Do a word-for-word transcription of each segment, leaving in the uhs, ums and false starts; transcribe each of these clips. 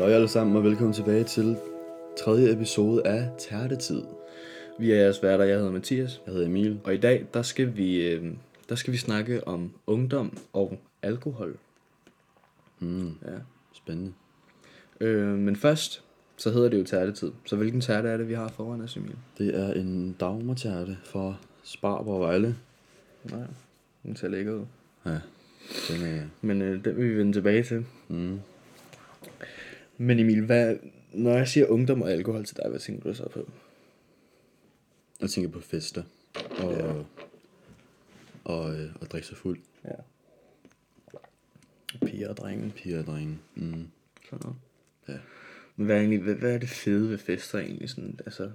Halløj alle sammen, og velkommen tilbage til tredje episode af Tærtetid. Vi er jeres værter, jeg hedder Mathias. Jeg hedder Emil. Og i dag, der skal vi, øh, der skal vi snakke om ungdom og alkohol. Mm, Ja. Spændende. Øh, men først, så hedder det jo tærtetid. Så hvilken tærte er det, vi har foran os, Emil? Det er en dagmartærte fra Spar på Vejle. Nej, den ser lækker ud. Ja, den er... Men øh, den vil vi vende tilbage til. Mm. Men Emil, hvad, når jeg siger ungdom og alkohol til dig, hvad tænker du så på? Jeg tænker på fester. Og, Ja. og, og, øh, og drikke sig fuld. Ja. Piger og drenge. Piger og drenge. Mm. Sådan noget. Ja. Men hvad er, egentlig, hvad, hvad er det fede ved fester egentlig? Sådan, altså,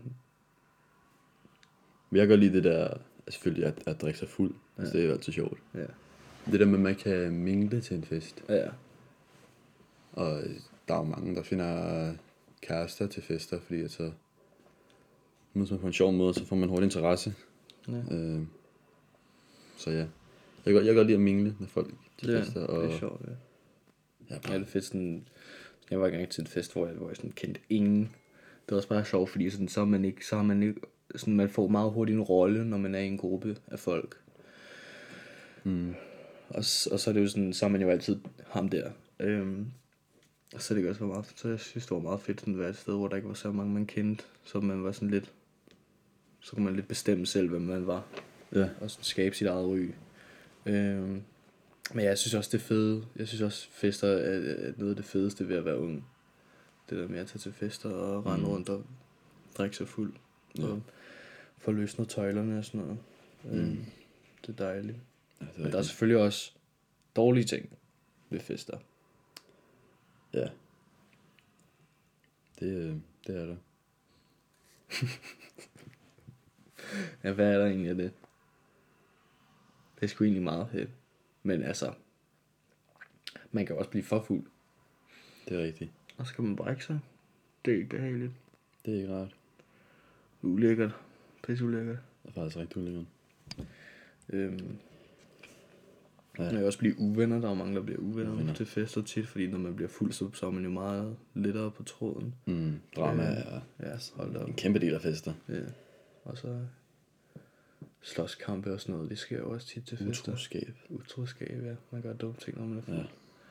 Men jeg kan godt lide det der, selvfølgelig at, at drikke sig fuld. Ja. Altså, det er jo altid sjovt. ja. Det der med, at man kan mingle til en fest. Ja, Og øh, der er jo mange, der finder kærester til fester, fordi at så mødes man på en sjov måde, så får man hurtigt interesse. ja. Øh, så ja, jeg kan, godt, jeg kan godt lide at mingle med folk til Det, fester. er, Og, det er sjovt, ja. Ja, Ja, bare, det er fedt sådan, jeg var engang til en fest, hvor jeg, hvor jeg sådan kendte ingen. Det var også bare sjovt, fordi sådan, så, er man ikke, så har man ikke, sådan, man får meget hurtigt en rolle, når man er i en gruppe af folk. mm, Og, s- og så er det jo sådan, så er man jo altid ham der. Øhm, og så er det også meget, så jeg synes, det var meget fedt sådan, at være et sted, hvor der ikke var så mange, man kendte. Så man var sådan lidt, så kunne man lidt bestemme selv, hvem man var. ja, Og sådan skabe sit eget ry. Øhm, men jeg synes også det er fede. Jeg synes også fester er, er noget af det fedeste ved at være ung. Det der med at tage til fester og rende Mm. rundt og drikke sig fuld. Ja. Og få løsnet tøjlerne og sådan noget. Mm. Øhm, det er dejligt. ja, det er Men der er rigtigt. selvfølgelig også dårlige ting ved fester. Ja, det, øh, det er der. Ja, hvad er der egentlig af det? Det er sgu egentlig meget fedt. Men altså, man kan også blive for fuld. Det er rigtigt. Og så kan man brække sig. Det er ikke behageligt. Det er ikke rart. Ulækkert. Pisse ulækkert. Det er faktisk rigtig ulækkert. Øhm, Ja. Man kan også blive uvenner. Der er jo mange, der bliver uvenner Uvenner. til fester tit, fordi når man bliver fuld, så, så er man jo meget lettere på tråden. Mm, drama Øh, er Ja, hold da op. en kæmpe del af fester. Ja. Og så slåskampe og sådan noget, det sker jo også tit til fester. Utroskab. Utroskab, ja. Man gør dumme ting, når man er fuld. Ja.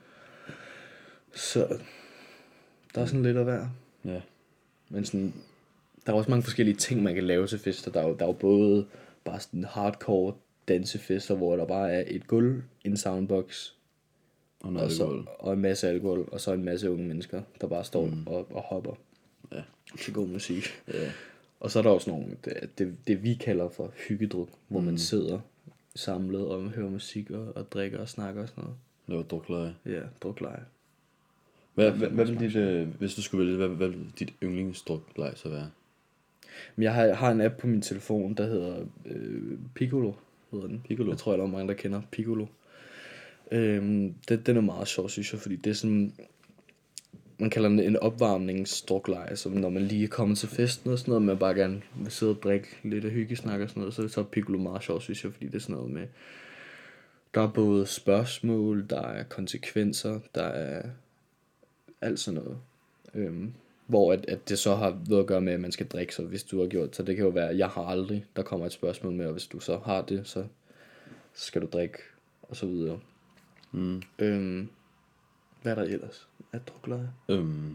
Så der er sådan lidt at være. Ja. Men sådan, der er også mange forskellige ting, man kan lave til fester. Der er jo, der er jo både bare sådan hardcore dansefester, hvor der bare er et gulv, en soundbox, Og noget og, så, alkohol. og en masse alkohol, og så en masse unge mennesker, der bare står mm. og, og hopper Ja. til god musik. Ja. Og så er der også nogle, det, det, det vi kalder for hyggedruk, hvor mm. man sidder samlet og hører musik og, og drikker og snakker og sådan noget. Laver drukleje. Ja, drukleje. Hvad, hvad, hvad vil dit, øh, hvis du skulle vælge, hvad, hvad vil dit yndlingsdrukleje så være? Men jeg har, jeg har en app på min telefon, der hedder øh, Piccolo, hedder den. Piccolo? Jeg tror, der er mange, der kender Piccolo. Øhm, den, den er meget sjov, synes jeg, fordi det er sådan, man kalder den en opvarmningsdrukleje, så når man lige er kommet til festen og sådan noget, man bare gerne vil sidde og drikke lidt af hyggesnak og sådan noget, så, så er Piccolo meget sjov, synes jeg, fordi det er sådan noget med, der er både spørgsmål, der er konsekvenser, der er alt sådan noget. Øhm, hvor at, at det så har noget at gøre med, at man skal drikke, så hvis du har gjort, så det kan jo være, jeg har aldrig, der kommer et spørgsmål med, og hvis du så har det, så, så skal du drikke, og så videre. Mm. Øhm, hvad er der ellers? Er drukleje? Øhm,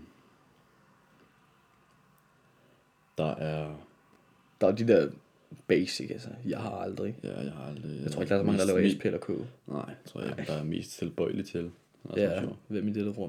der er... Der er de der basic, altså, jeg har aldrig. Ja, jeg har aldrig... Jeg tror ikke, der er så mange, der laver S P eller K. Nej, tror jeg, der er mest tilbøjelig til. Altså, Ja, sjov. hvem i dette rum?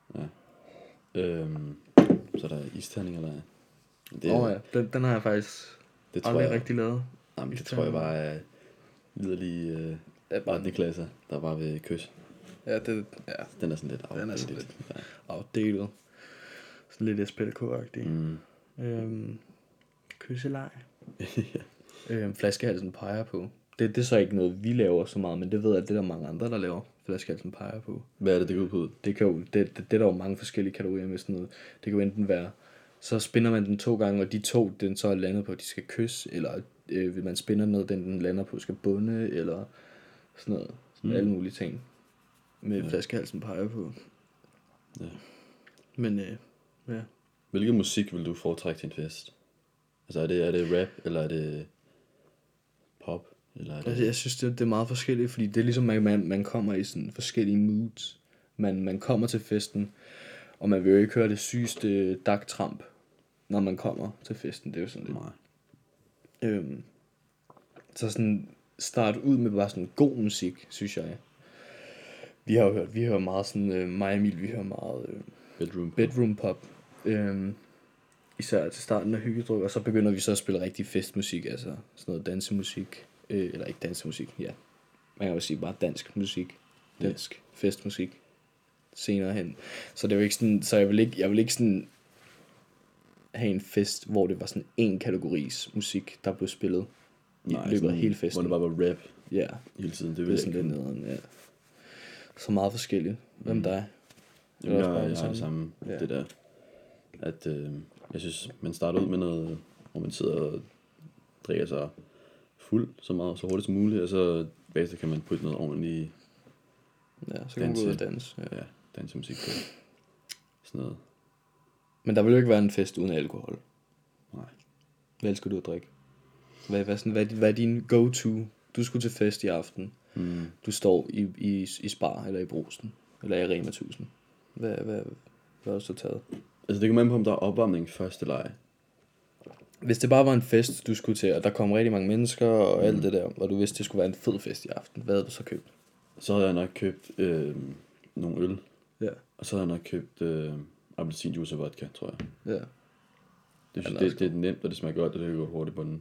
Øhm, så er der isterninger, der er... Åh oh, ja, den, den har jeg faktisk det tror aldrig jeg, rigtig lavet. nej, men det tror jeg bare er liderlige øh, Ja, bare klasser, der bare vil kysse. Ja, det, ja, Den er sådan lidt Den er sådan outdated. Ja. outdated. Sådan lidt S P L K-agtig. Mm. Øhm, kysseleg. Ja. Øhm, flaskehalsen peger på. Det, det er så ikke noget, vi laver så meget, men det ved jeg, at det er der mange andre, der laver. Flaskehalsen peger på. Hvad er det, det går ud på? Det, kan jo, det, det, det er der jo mange forskellige kategorier med sådan noget. Det kan jo enten være, så spinder man den to gange, og de to, den så er landet på, at de skal kysse, eller øh, vil man spinder noget, den den lander på, skal bunde, eller sådan noget. Sådan Mm. alle mulige ting. Med Ja. ja. Flaskehalsen peger på. Ja. Men øh, ja. Hvilken musik vil du foretrække til en fest? Altså er det, er det rap, eller er det pop? Eller er det... Altså, jeg synes, det, det er meget forskelligt, fordi det er ligesom, man, man, man kommer i sådan forskellige moods. Man, man kommer til festen, og man vil jo ikke høre det sygeste dagtramp, når man kommer til festen. Det er jo sådan lidt. Nej. Øhm, så sådan start ud med bare sådan god musik, synes jeg. Vi har jo hørt, vi hører meget sådan, øh, mig og Emil, vi hører meget øh, Bedroom. bedroom pop. Øhm, især til starten af hyggedruk, og så begynder vi så at spille rigtig festmusik, altså sådan noget dansemusik. Øh, eller ikke dansemusik, ja. Man kan jo sige bare dansk musik. Dansk yeah. festmusik. Senere hen. Så det er jo ikke sådan, så jeg vil ikke, jeg vil ikke sådan have en fest, hvor det var sådan en kategoris musik, der blev spillet i Nej, løbet af sådan, hele festen. hvor det bare var rap Ja, hele tiden. Det det vil er jeg sådan ikke. lidt nederen, ja. Så meget forskelligt. Hvem Mm. dig? Jamen, Eller jeg, også bare jeg, det har det samme. samme. Ja. Det der, at øh, jeg synes, man starter ud med noget, hvor man sidder og drikker sig fuld så meget, så hurtigt som muligt, og så bagefter kan man putte noget ordentligt, Ja, så kan man gå ud og Danse. danse. Ja. ja, dansemusik på. Sådan noget. Men der vil jo ikke være en fest uden alkohol. Nej. Hvad elsker du at drikke? Hvad, hvad, sådan, hvad, er din- hvad er din go-to? Du skulle til fest i aften. Mm. Du står i, i, i Spar, eller i Brugsen, eller i Rema tusind. Hvad, hvad, hvad har du så taget? Altså det kommer an på, om der er opvarmning først eller ej. Hvis det bare var en fest, du skulle til, og der kom rigtig mange mennesker og mm. alt det der, og du vidste, det skulle være en fed fest i aften, hvad havde du så købt? Så havde jeg nok købt øh, nogle øl, Ja. og så havde jeg nok købt øh, appelsinjuice og vodka, tror jeg. Ja. Det, Ja, synes, den er det, også det er nemt, og det smager godt, og det kan gå hurtigt på den.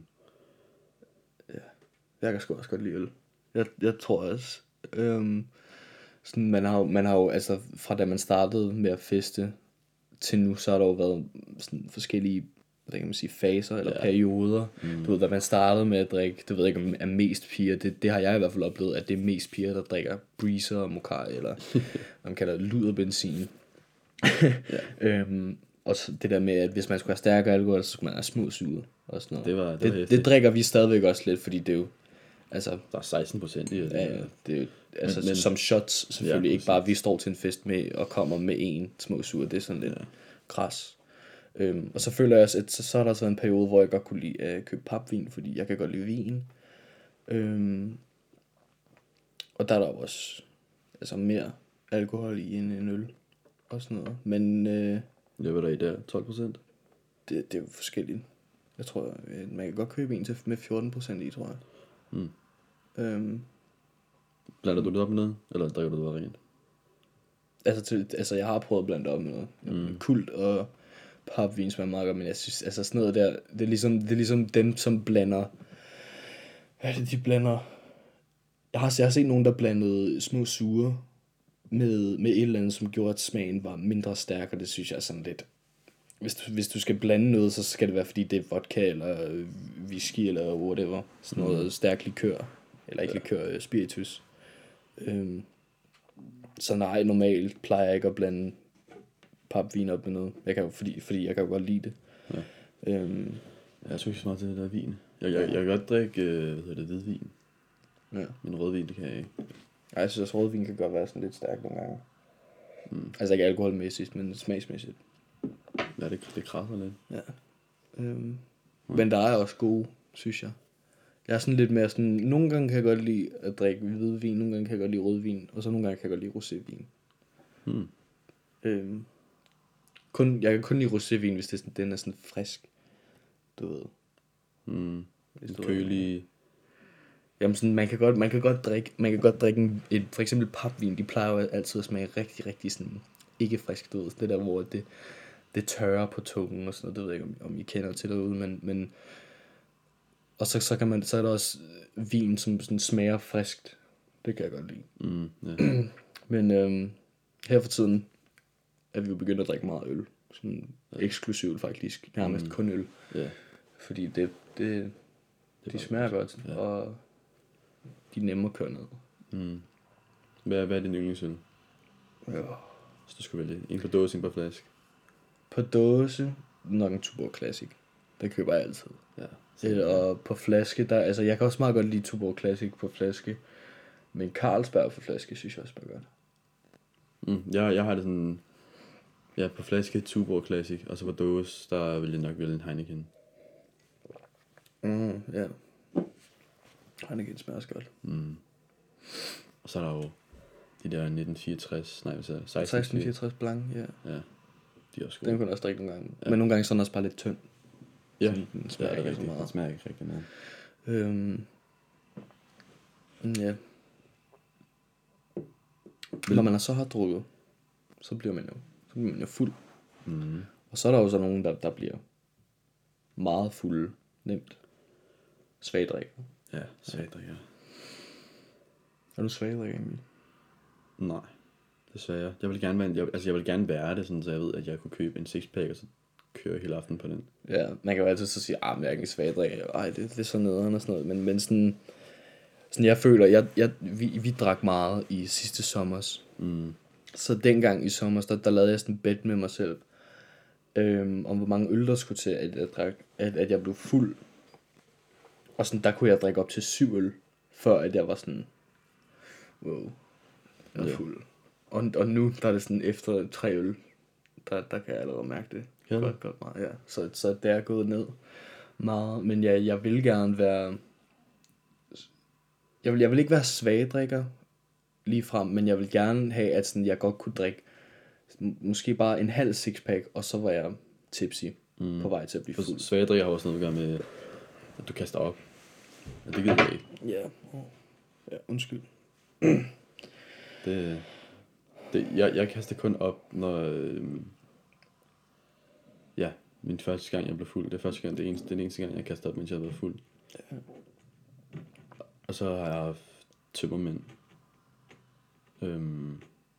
Jeg kan sgu også godt lide øl. Jeg, jeg tror også. Øhm, sådan, man, har, jo- man har jo, altså fra da man startede med at feste til nu, så har der jo været sådan forskellige, hvad kan man sige, faser eller Ja. ja. perioder. Mm. Du ved, da man startede med at drikke, det ved jeg ikke om er mest piger, det, det har jeg i hvert fald oplevet, at det er mest piger, der drikker breezer og mokai, eller hvad man kalder det, luderbenzin. Ja. øhm, og så det der med, at hvis man skulle have stærkere alkohol, så skulle man have små suger og sådan noget. Det var, det, det, var det, det, det drikker vi stadigvæk også lidt, fordi det er jo, altså, Der er seksten procent i det. ja, ja, det er jo, altså Men- men- som shots selvfølgelig, Ja, ikke bare, at vi står til en fest med og kommer med en små suger, det er sådan lidt Ja. kras. Øhm, og så føler jeg også, at så, så er der så en periode, hvor jeg godt kunne lide at købe papvin, fordi jeg kan godt lide vin. Øhm, og der er der jo også altså mere alkohol i end en øl og sådan noget. Men øh, Det var der i der, tolv procent. det, det er jo forskelligt. Jeg tror, øh, man kan godt købe en til med fjorten procent i, tror jeg. Mm. Øhm, Blander du det op med noget, eller drikker du det bare rent? altså, til, altså, jeg har prøvet at blande det op med noget. Mm. Kult og papvin smager meget godt, men jeg synes, altså sådan noget der, det er ligesom, det er ligesom dem, som blander, hvad er det, de blander? Jeg har, jeg har set nogen, der blandede små sure med, med et eller andet, som gjorde, at smagen var mindre stærk, og det synes jeg er sådan lidt, hvis du, hvis du skal blande noget, så skal det være, fordi det er vodka, eller øh, whisky, eller whatever, sådan noget mm. stærk likør, eller ikke ja. likør, øh, spiritus. Øhm, så nej, normalt plejer jeg ikke at blande papvin op med noget, jeg kan, jo- fordi, fordi jeg kan jo godt lide det. Ja. Øhm, Jeg tror ikke så meget til det der vin. Jeg, jeg, jeg kan godt drikke, øh, hvad hedder det, hvidvin. ja. Men rødvin, det kan jeg ikke. Ej, jeg synes også, rødvin kan godt være sådan lidt stærk nogle gange. Mm. Altså ikke alkoholmæssigt, men smagsmæssigt. Ja, det, det krasser lidt. Ja. Øhm, mm. Men der er også gode, synes jeg. Jeg er sådan lidt mere sådan, nogle gange kan jeg godt lide at drikke hvidvin, nogle gange kan jeg godt lide rødvin, og så nogle gange kan jeg godt lide rosévin. Hmm. Øhm, kun, jeg kan kun lide rosévin, hvis det er sådan, den er sådan frisk. Du ved. Mm. Hvis En du ved. kølig... Jamen sådan, man kan godt, man kan godt drikke, man kan godt drikke en, et, for eksempel papvin, de plejer jo altid at smage rigtig, rigtig sådan, ikke frisk, du ved, det der, hvor det, det tørrer på tungen og sådan noget, det ved jeg ikke, om, om I kender til derude, men, men og så, så kan man, så er der også vin, som sådan smager friskt, det kan jeg godt lide. Mm, ja. Men øhm, her for tiden er vi jo begyndt at drikke meget øl, sådan eksklusivt faktisk, nærmest mm. kun øl, ja. fordi det, det, Det de var smager godt. godt, Ja. og de er nemme at køre ned. Mm. Hvad, hvad er din yndlingsøl? Ja. Så du skulle vælge en på dåse, en på flaske. På dåse, nok en Tuborg Classic. Den køber jeg altid. Ja. Øh, og på flaske, der, altså jeg kan også meget godt lide Tuborg Classic på flaske. Men Carlsberg på flaske, synes jeg også smager godt. Mm. Jeg, jeg har det sådan... Ja, på flaske Tuborg Classic, og så på dåse, der vil jeg nok vælge en Heineken. Mm, ja. Heineken smager også godt. Mm. Og så er der jo de der nitten fireogtres, nej, hvad sagde jeg? seksten fireogtres blanc, ja. Ja, de er også gode. Den kan jeg også drikke nogle gange. Ja. Men nogle gange så er den også bare lidt tynd. Ja, Sådan, den det smager er ikke så rigtigt. meget. Den smager ikke rigtig meget. Øhm, ja. Når man så har drukket, så bliver man jo, så bliver man jo fuld. Mm. Og så er der jo så nogen, der, der bliver meget fulde, nemt. Svagdrikker. Ja, svagdrikker. Er du svagdrikker, Emil? Nej, desværre. Jeg vil gerne være, jeg, altså jeg vil gerne være det, sådan, så jeg ved, at jeg kunne købe en sixpack, og så køre hele aften på den. Ja, man kan jo altid så sige, ah, men jeg er ikke en svagdrikker. Ej, det, det er så nederen og sådan noget. Men, men sådan, sådan jeg føler, jeg, jeg, vi, vi drak meget i sidste sommers. Mm. Så dengang i sommer, der, der lavede jeg sådan en bet med mig selv, øhm, om hvor mange øl der skulle til, at jeg, drak, at, at jeg blev fuld. Og sådan, der kunne jeg drikke op til syv øl, før at jeg var sådan, wow, jeg er Ja. fuld. Og, og nu, der er det sådan, efter tre øl, der, der kan jeg allerede mærke det. Kan du? Godt, godt meget, ja. Så, så det er gået ned meget. Men ja, jeg vil gerne være, jeg vil, jeg vil ikke være svagdrikker lige frem, men jeg vil gerne have, at sådan, jeg godt kunne drikke måske bare en halv sixpack, og så var jeg tipsy mm. på vej til at blive For fuld. svagdrikker har også noget at gøre med, at du kaster op. Ja, det gider jeg ikke. Ja, ja, undskyld. Det, det, jeg, jeg kaster kun op, når... Øhm, ja, min første gang, jeg blev fuld. Det er første gang, det er eneste, den eneste gang, jeg kaster op, mens jeg har været fuld. Ja. Og så har jeg haft tømmermænd. Øhm,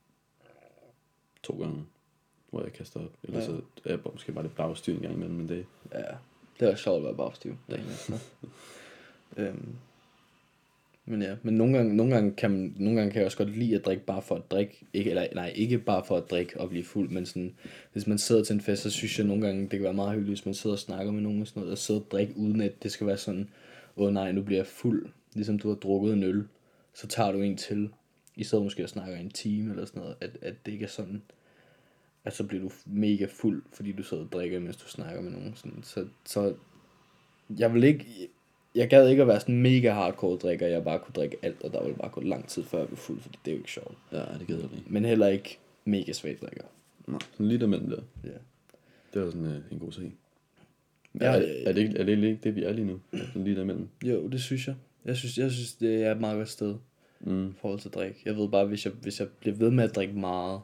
to gange, hvor jeg kaster op. Ellers Ja. så er jeg måske bare lidt bagstyr en gang imellem, men det... Ja, det er sjovt at være bagstiv dagen efter. øhm, men ja, men nogle gange, nogle gange kan man, nogle gange kan jeg også godt lide at drikke bare for at drikke, ikke, eller nej, ikke bare for at drikke og blive fuld, men sådan, hvis man sidder til en fest, så synes jeg nogle gange, det kan være meget hyggeligt, hvis man sidder og snakker med nogen og sådan noget, og sidder og drikke uden at det skal være sådan, åh nej, nu bliver jeg fuld, ligesom du har drukket en øl, så tager du en til, i stedet måske at snakke en time eller sådan noget, at, at det ikke er sådan, at så bliver du mega fuld, fordi du sidder og drikker, mens du snakker med nogen. Sådan. Så, så jeg vil ikke, jeg gad ikke at være sådan mega hardcore drikker, jeg bare kunne drikke alt, og der ville bare gå lang tid før jeg blev fuld, fordi det er jo ikke sjovt. Ja, det gider jeg ikke. Men heller ikke mega svag drikker. Nej, sådan lidt imellem der. Ja. Det er sådan øh, en god ting. Ja, er, er, det ikke, er det ikke det, vi er lige nu? Sådan lige imellem. Jo, det synes jeg. Jeg synes, jeg synes det er et meget godt sted Mm. i forhold til drik. Jeg ved bare, hvis jeg, hvis jeg bliver ved med at drikke meget,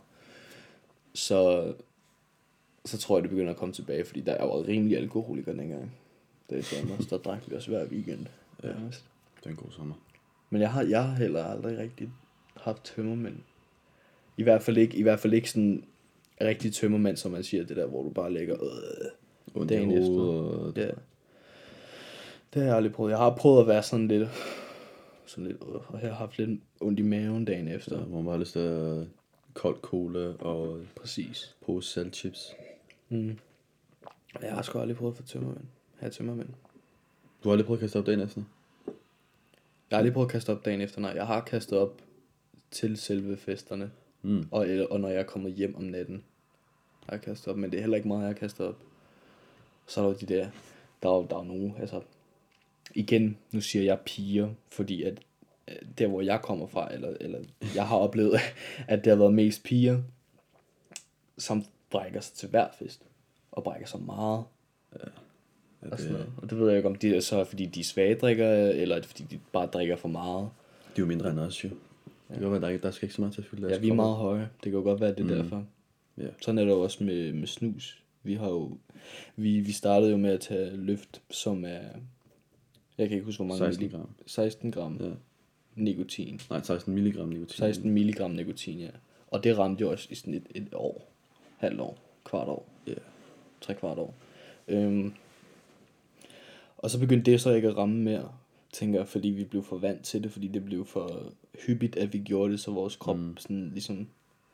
så, så tror jeg, det begynder at komme tilbage, fordi der er jo rimelig alkoholiker dengang. Det er sommer, så der drak vi også hver weekend. Ja. Ja. Det er en god sommer. Men jeg har, jeg har heller aldrig rigtig haft tømmermænd. I hvert fald ikke, i hvert fald ikke sådan rigtig tømmermænd, som man siger, det der, hvor du bare ligger øh, Ondt i dagen hovedet efter. og... Ja. Det har jeg aldrig prøvet. Jeg har prøvet at være sådan lidt, sådan lidt, øh, og jeg har haft lidt ondt i maven dagen efter. Så, hvor man bare har lyst til at kold cola og Præcis. pose saltchips. Mm. Jeg har sgu aldrig prøvet at få tømmermænd. Have tømmermænd. Du har aldrig prøvet at kaste op dagen efter? Jeg har aldrig prøvet at kaste op dagen efter, nej. Jeg har kastet op til selve festerne. Mm. Og, og når jeg er kommet hjem om natten, har jeg kastet op. Men det er heller ikke meget, jeg har kastet op. Så er der jo de der, der er jo, der er jo nogen, altså, igen, nu siger jeg piger, fordi at øh, der hvor jeg kommer fra, eller, eller jeg har oplevet, at det har været mest piger, som brækker sig til hver fest, og brækker sig meget, Ja, og sådan det, noget. Og det ved jeg ikke, om det er så fordi de er svagdrikker, eller er det fordi de bare drikker for meget. de er jo mindre end os jo. Det kan godt være, der, ikke, der skal ikke så meget til at fylde deres Ja, vi er krop op. meget høje, det kan jo godt være, det er Mm. derfor. Ja. Sådan er det jo også med, med snus. Vi har jo, vi, vi startede jo med at tage løft, som er, jeg kan ikke huske, hvor mange seksten milli- gram. seksten gram Ja. nikotin. Nej, seksten milligram nikotin. seksten milligram nikotin, ja. Og det ramte jo også i sådan et, et år, halvt år, kvart år, Ja. tre kvart år. Øhm, og så begyndte det så ikke at ramme mere, tænker jeg, fordi vi blev for vant til det, fordi det blev for hyppigt, at vi gjorde det, så vores krop Mm. mm. sådan ligesom,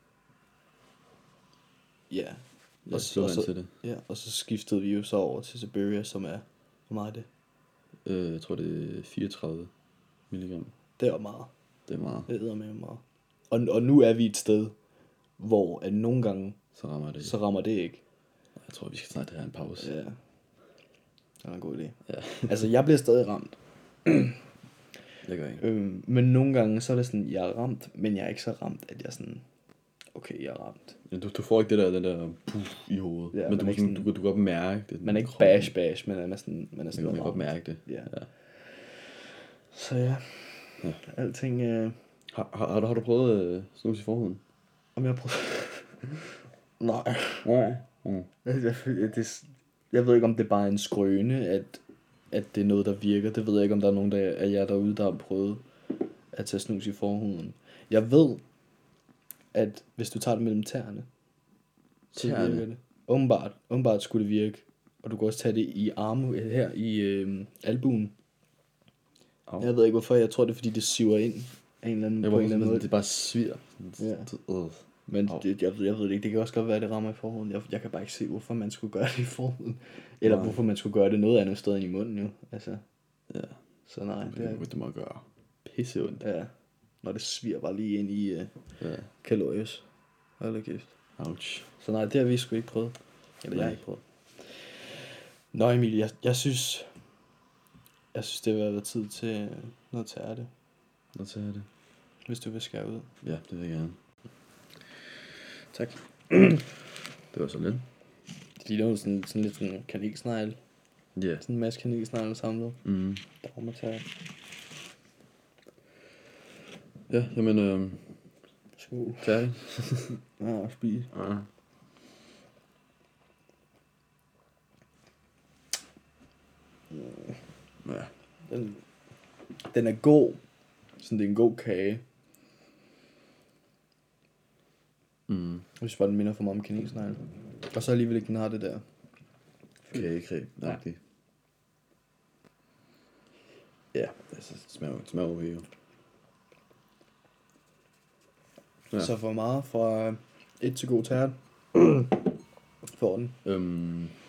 ja. Ja, Og, så og, vant så, til det. ja, og så skiftede vi jo så over til Siberia, som er, hvor meget er det? Øh, jeg tror, det er fireogtredive milligram. Det er meget. Det er meget. Det er med meget. Og, og nu er vi et sted, hvor at nogle gange, Så rammer det. så rammer det ikke. Jeg tror, vi skal snart have en pause. Ja. Det er en god idé. Ja. Altså, jeg bliver stadig ramt. Det gør jeg ikke. Øhm, men nogle gange, så er det sådan, jeg er ramt, men jeg er ikke så ramt, at jeg sådan, okay, jeg er ramt. Ja, du, du får ikke det der, den der puff i hovedet. Ja, men man du, er sådan, ikke sådan- du, du, du kan godt mærke det. Man er ikke Kroppen. bash bash, men man er sådan, man er Man sådan kan, man kan godt ramt. mærke det. Ja. Ja. Så ja, Ja. alting, øh, Har, har, har, du, har du prøvet øh, snus i forhuden? om jeg prøver... Nej. Nej. Mm. Jeg, jeg, det, jeg ved ikke, om det bare er en skrøne, at, at det er noget, der virker. Det ved jeg ikke, om der er nogen der, af jer derude, der har prøvet at tage snus i forhuden. Jeg ved, at hvis du tager det mellem tæerne, så Tæerne? virker det. Åbenbart, åbenbart skulle det virke. Og du kan også tage det i arme her i øh, albuen. Au. Jeg ved ikke hvorfor, jeg tror det er fordi det siver ind af en eller anden, Jeg på var en eller anden sådan, måde. det bare svir. Ja. Øh. Men Au. det, jeg, ved, jeg ved det ikke, det kan også godt være, at det rammer i forhuden. Jeg, jeg kan bare ikke se, hvorfor man skulle gøre det i forhuden. Eller Nej. hvorfor man skulle gøre det noget andet sted end i munden jo. Altså, Ja. så nej, Det, det er, det, det må gøre pisse ondt. ja, når det sviger bare lige ind i uh, Ja. kalorius. Hold da kæft. Ouch. Så nej, det har vi sgu ikke prøvet. Eller jeg har Nej. ikke prøvet. Nå Emil, jeg, jeg synes, jeg synes det vil være tid til øh, noget tærte, Nu tager jeg det. hvis du vil skære ud. Ja, det vil jeg gerne. Tak. Det var så lidt. Det ligner jo sådan, sådan lidt sådan kanelsnegl. Ja. Yeah. Sådan en masse kanelsnegle samlet. Mm. Der var tærte. Ja, jamen, øh, Skål. færdig. Ja, spis. Ja. Ja. Den, den er god. Sådan det er en god kage. Mm. Jeg synes bare, den minder for meget om kanelsnegle. Og så alligevel ikke, den har det der. Kagekræb. Ja. Ja. Ja, altså, det smager, det smager okay jo. Ja. Ja. Så for meget fra et til god tært. For den. Øhm, jeg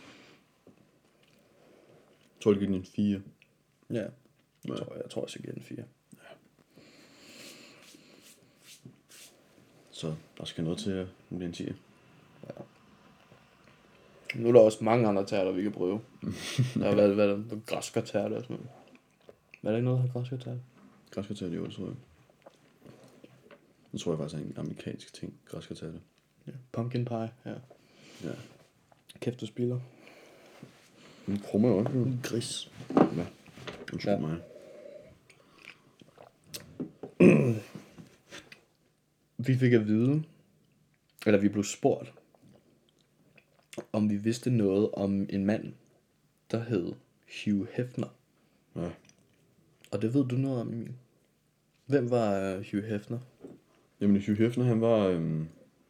tror, det giver den en fire. Ja. Ja. Jeg tror, jeg tror også, jeg giver den fire. Så der skal noget til at den bliver en tier. Nu er der også mange andre tærter, vi kan prøve. Der har været, været, været græskartærte og sådan noget. Er der ikke noget, der har græskartærte? Græskartærte, jo, det tror jeg. Det tror jeg faktisk er en amerikansk ting, græskartærte. Ja. Pumpkin pie, ja. Ja. Kæft, du spiller. Den krummer jo også, jo. Gris. Ja. Undskyld Ja. ja. mig. Vi fik at vide, eller vi blev spurgt, om vi vidste noget om en mand, der hed Hugh Hefner. Ja. Og det ved du noget om, Emil. Hvem var uh, Hugh Hefner? Jamen, Hugh Hefner, han var øhm,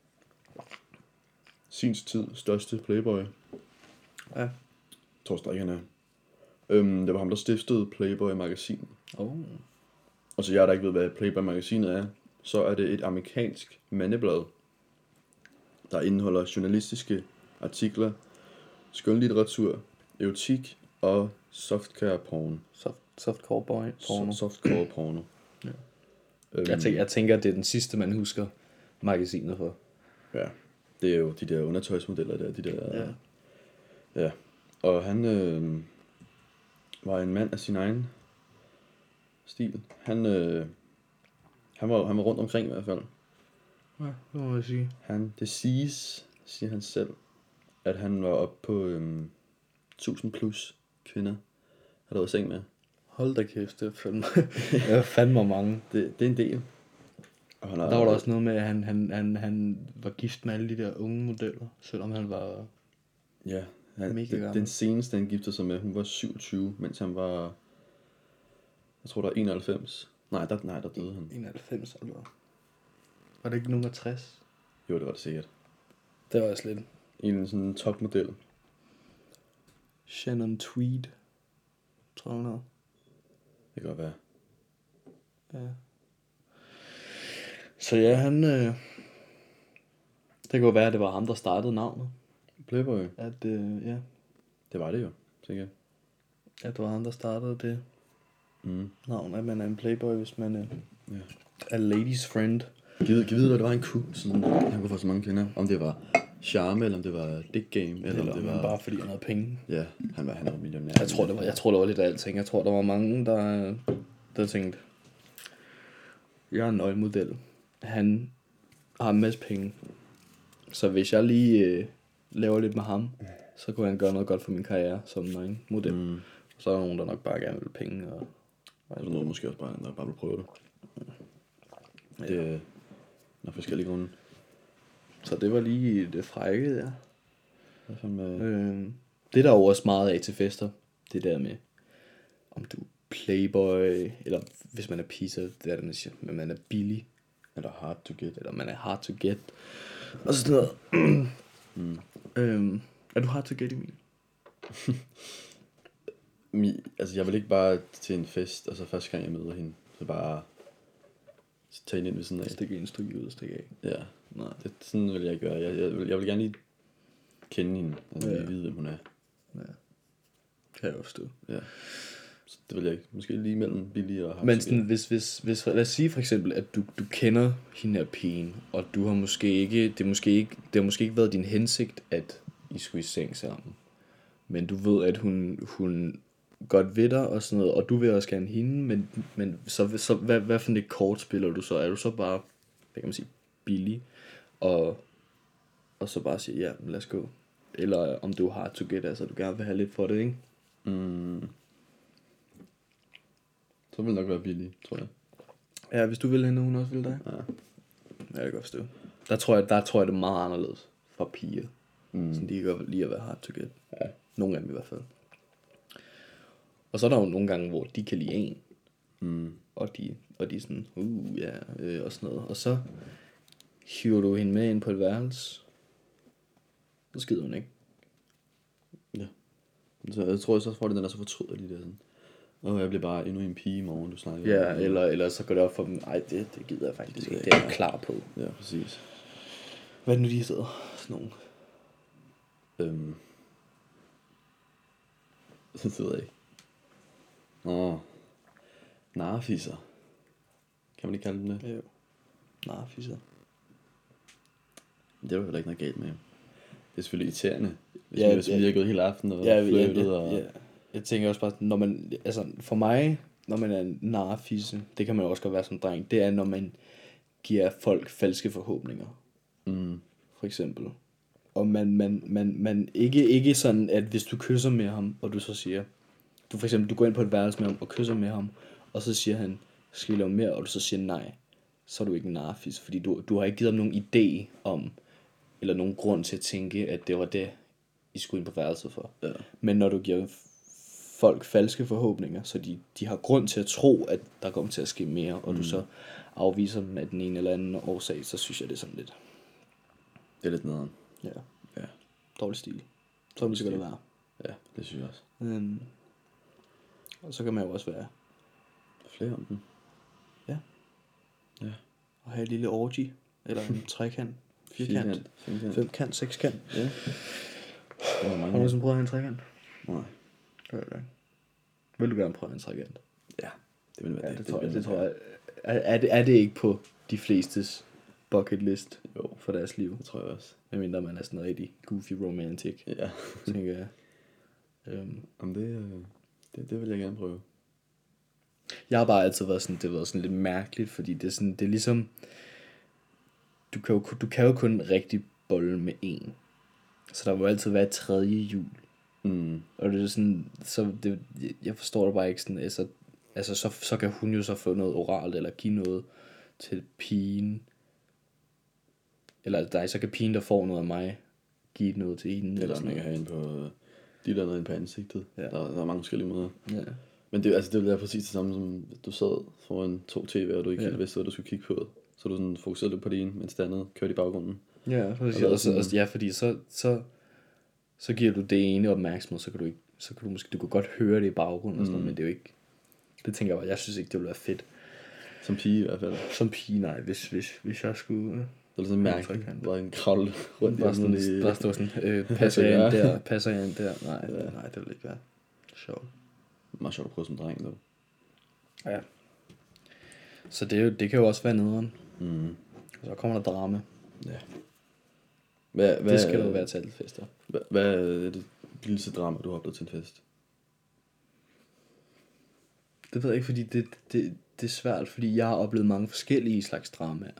sin tid største playboy. Ja. Jeg tror stadig, han er. Øhm, det var ham, der stiftede Playboy Magasin. Oh. Og så jeg der ikke ved, hvad Playboy Magasinet er, så er det et amerikansk mandeblad, der indeholder journalistiske artikler, skønlitteratur, erotik og softcore porn. Soft, softcore boy. Porno. So- Softcore porno. Ja. Øhm, Jeg, tænker, jeg tænker, det er den sidste, man husker magasinet for. Ja, det er jo de der undertøjsmodeller der, de der... Ja. Ja. Og han øh, var en mand af sin egen stil. Han, øh, han, var, han var rundt omkring i hvert fald. Ja, det må jeg sige. Han, det siges, siger han selv, at han var oppe på øh, tusind plus kvinder, har der været seng med. Hold da kæft, det er fandme, det er fandme mange. Det, det er en del. Og han Der var der også noget med, at han, han, han, han var gift med alle de der unge modeller, selvom han var... Ja, han, Mega den, gammel. den seneste, han giftede sig med, hun var syvogtyve, mens han var, jeg tror, der er enoghalvfems. Nej, der, nej, der døde han. enoghalvfems, eller var det ikke nogen af tres? Jo, det var det sikkert. Det var også lidt. En sådan en topmodel. Shannon Tweed, tror jeg hun hedder. Det kan godt være. Ja. Så ja, han... Øh, det kunne være, at det var ham, der startede navnet. Playboy. At, øh, ja, Det var det jo, sikkert. at det var ham, der startede det Mm. navn, at man er en playboy, hvis man øh, Ja. er ladies friend. Giv, giv vide, hvad det var, han kunne, siden han kunne få så mange kvinder. Om det var charme, eller om det var dick game, eller, Eller eller om det var... bare fordi han havde penge. Ja, han var, han var millionær. Jeg tror, det var, jeg tror, det var lidt af alting. Jeg tror, der var mange, der, der tænkte, jeg er en nøglemodel. Han har en masse penge. Så hvis jeg lige øh, laver lidt med ham, så kunne han gøre noget godt for min karriere som nøglemodel. Mm. Så er der nogen, der nok bare gerne vil penge. Og, og så nogen måske også bare, der bare vil prøve det. Det er ja. forskellige grunde. Så det var lige det frække der. Med... Øh, det der er jo også meget af til fester, det der med, om du er playboy, eller hvis man er pizza, det er det, man siger, men man er billig, eller hard to get, eller man er hard to get, og sådan noget. mm. øhm, er du hard to get, Emil? Mi, altså jeg vil ikke bare til en fest, altså første gang jeg møder hende, så bare tage hende ind ved sådan af. Stikke en stykke ud og stikke af. Ja, nej, det, sådan vil jeg ikke gøre. Jeg, jeg, vil, jeg vil gerne lige kende hende, altså ja. vide, hvem hun er. Ja, kan jeg jo forstå. Ja, så det vil jeg ikke. Måske lige mellem billig og hard. Men sådan, hvis, hvis, hvis, lad os sige for eksempel, at du, du kender hende her pigen, og du har måske ikke, det, måske ikke, det har måske ikke været din hensigt, at I skulle i seng sammen. Men du ved, at hun, hun godt ved dig og sådan noget, og du vil også gerne hende, men, men så, så hvad, hvad for et kort spiller du så? Er du så bare, hvad kan man sige, billig, og, og så bare sige, ja, lad os gå? Eller om du har to get, altså du gerne vil have lidt for det, ikke? Mm. Så vil det nok være billig, tror jeg. Ja, hvis du vil hende, hun også vil dig. Ja. Ja, det kan jeg godt forstå. Der tror jeg, der tror jeg det er meget anderledes for piger. Mm. Så de kan godt lide at være hard to get. Ja. Nogle af dem i hvert fald. Og så er der jo nogle gange, hvor de kan lide en. Mm. Og de, og de er sådan, uh, ja, øh, og sådan noget. Og så hiver du hende med ind på et værelse. Så skider hun ikke. Ja. Så jeg tror, så får det den der så fortryder de der sådan. Og jeg bliver bare endnu en pige i morgen, du snakker. Ja, om. eller, eller så går det op for dem, ej, det, det gider jeg faktisk det ikke. Det er jeg klar på. Ja, præcis. Hvad er det nu, de sidder? Sådan nogle. Øhm. Så sidder jeg ikke. Åh. Narfisser. Kan man ikke kalde dem det? Jo. Narfisser. Det er jo heller ikke noget galt med. Det er selvfølgelig irriterende. Hvis, ja, vi, hvis vi har gået hele aften og ja, flirtet ja, ja, og... Ja. Jeg tænker også bare, når man, altså for mig, når man er en narfisse, det kan man jo også godt være som dreng, det er, når man giver folk falske forhåbninger. Mm. For eksempel. Og man, man, man, man ikke, ikke sådan, at hvis du kysser med ham, og du så siger, du for eksempel, du går ind på et værelse med ham og kysser med ham, og så siger han, skal I lave mere, og du så siger nej, så er du ikke en narfisse, fordi du, du har ikke givet ham nogen idé om, eller nogen grund til at tænke, at det var det, I skulle ind på værelset for. Ja. Men når du giver folk falske forhåbninger, så de, de har grund til at tro, at der kommer til at ske mere, og mm. du så afviser dem af den ene eller anden årsag, så synes jeg, det er sådan lidt... Det er lidt nederen. Ja. Ja. Dårlig stil. Så vil det sikkert være. Ja, det synes jeg også. Um, og så kan man jo også være... Flere om den. Ja. Ja. Og have et lille orgy, eller en trekant, firkant, Firkant. femkant, sekskant. Ja. Har du nogensinde prøvet at have en trekant? Nej. Det er det. Vil du gerne prøve en trekant? Ja, det vil være Ja, det. det, det tror jeg, vil det tror være. jeg. Er, er, det, er det ikke på de flestes bucket list Jo. for deres liv? Det tror jeg også. Medmindre man er sådan rigtig goofy romantic, Ja. tænker jeg. Um, Om det, øh, det, det vil jeg gerne prøve. jeg har bare altid været sådan, det har været sådan lidt mærkeligt, fordi det er sådan, det er ligesom, du kan jo, du kan jo kun rigtig bolle med en. Så der vil altid være et tredje hjul. Mm. Og det er sådan, så det, jeg forstår det bare ikke sådan, altså, altså så, så kan hun jo så få noget oralt, eller give noget til pigen. Eller nej, så kan pigen, der får noget af mig, give noget til hende. Eller sådan man kan have en på, de der noget på ansigtet. Ja. Der, der er mange forskellige måder. Ja. Men det, altså, det ville være præcis det samme som, hvis du sad foran to tv'er, og du ikke Ja. helt vidste, hvad du skulle kigge på. Så du sådan fokuserede lidt på det ene, mens det andet kørte i baggrunden. Ja, præcis. Og Og så, sådan- og, ja, fordi så, så, så giver du det ene opmærksomhed, så kan du ikke, så kan du måske, du kan godt høre det i baggrunden, og sådan noget, Mm. men det er jo ikke, det tænker jeg bare, jeg synes ikke, det ville være fedt. Som pige i hvert fald. Som pige, nej, hvis, hvis, hvis jeg skulle... Eller sådan mærkeligt, trekant. hvor en kravle rundt Bare i sådan, i... bare stå sådan, øh, passer jeg Ja. ind der, passer jeg ind der. Nej, Ja. nej, det ville ikke være sjovt. Meget sjovt at prøve som dreng, dog. Ja. Så det, er jo- det kan jo også være nederen. Mm. Så kommer der drama. Ja. Hvad, hvad, Det skal der jo være til alle fester. Hvad, hvad er det vildeste drama, du har oplevet til en fest? Det ved jeg ikke, fordi det, det, det er svært, fordi jeg har oplevet mange forskellige slags dramaer.